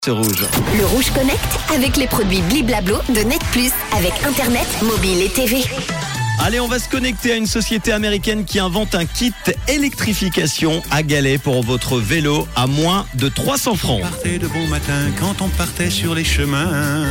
C'est rouge. Le Rouge Connect avec les produits Bliblablo de Net Plus avec Internet, mobile et TV. Allez, on va se connecter à une société américaine qui invente un kit électrification à galets pour votre vélo à moins de 300 francs. On partait de bon matin quand on partait sur les chemins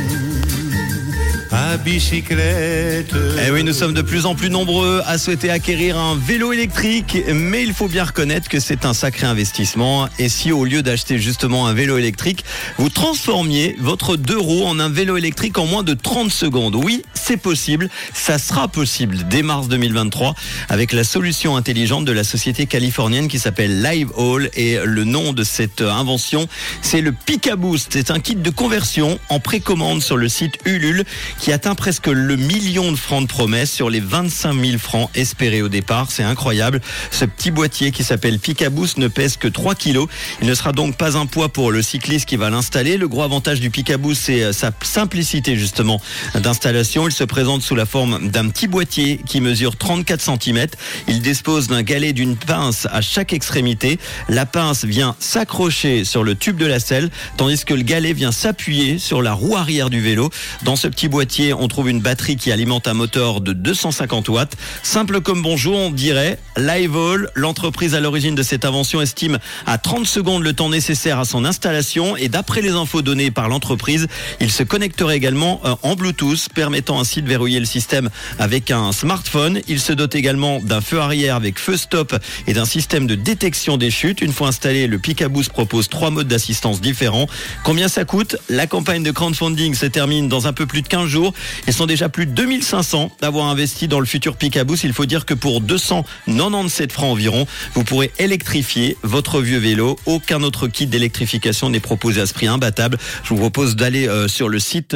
à bicyclette. Eh oui, nous sommes de plus en plus nombreux à souhaiter acquérir un vélo électrique, mais il faut bien reconnaître que c'est un sacré investissement. Et si au lieu d'acheter justement un vélo électrique, vous transformiez votre 2 roues en un vélo électrique en moins de 30 secondes. Oui, c'est possible, ça sera possible dès mars 2023 avec la solution intelligente de la société californienne qui s'appelle Livehaul, et le nom de cette invention, c'est le Picaboost. C'est un kit de conversion en précommande sur le site Ulule qui atteint presque le 1 million de francs de promesse sur les 25 000 francs espérés au départ. C'est incroyable. Ce petit boîtier qui s'appelle Picaboost ne pèse que 3 kilos. Il ne sera donc pas un poids pour le cycliste qui va l'installer. Le gros avantage du Picaboost, c'est sa simplicité justement d'installation. Il se présente sous la forme d'un petit boîtier qui mesure 34 cm. Il dispose d'un galet d'une pince à chaque extrémité. La pince vient s'accrocher sur le tube de la selle, tandis que le galet vient s'appuyer sur la roue arrière du vélo. Dans ce petit boîtier, on trouve une batterie qui alimente un moteur de 250 watts. Simple comme bonjour, on dirait. Livehaul, l'entreprise à l'origine de cette invention, estime à 30 secondes le temps nécessaire à son installation, et d'après les infos données par l'entreprise, il se connecterait également en Bluetooth, permettant ainsi de verrouiller le système avec un smartphone. Il se dote également d'un feu arrière avec feu stop et d'un système de détection des chutes. Une fois installé, le Picaboost propose 3 modes d'assistance différents. Combien ça coûte ? La campagne de crowdfunding se termine dans un peu plus de 15 jours. Ils sont déjà plus de 2500 d'avoir investi dans le futur Picaboost. Il faut dire que pour 297 francs environ, vous pourrez électrifier votre vieux vélo. Aucun autre kit d'électrification n'est proposé à ce prix imbattable. Je vous propose d'aller sur le site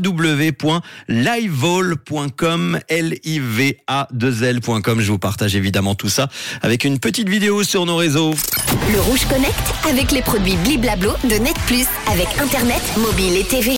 www.livehaul.com, liva2l.com. Je vous partage évidemment tout ça avec une petite vidéo sur nos réseaux. Le Rouge Connect avec les produits Bliblablo de Net Plus avec Internet, mobile et TV.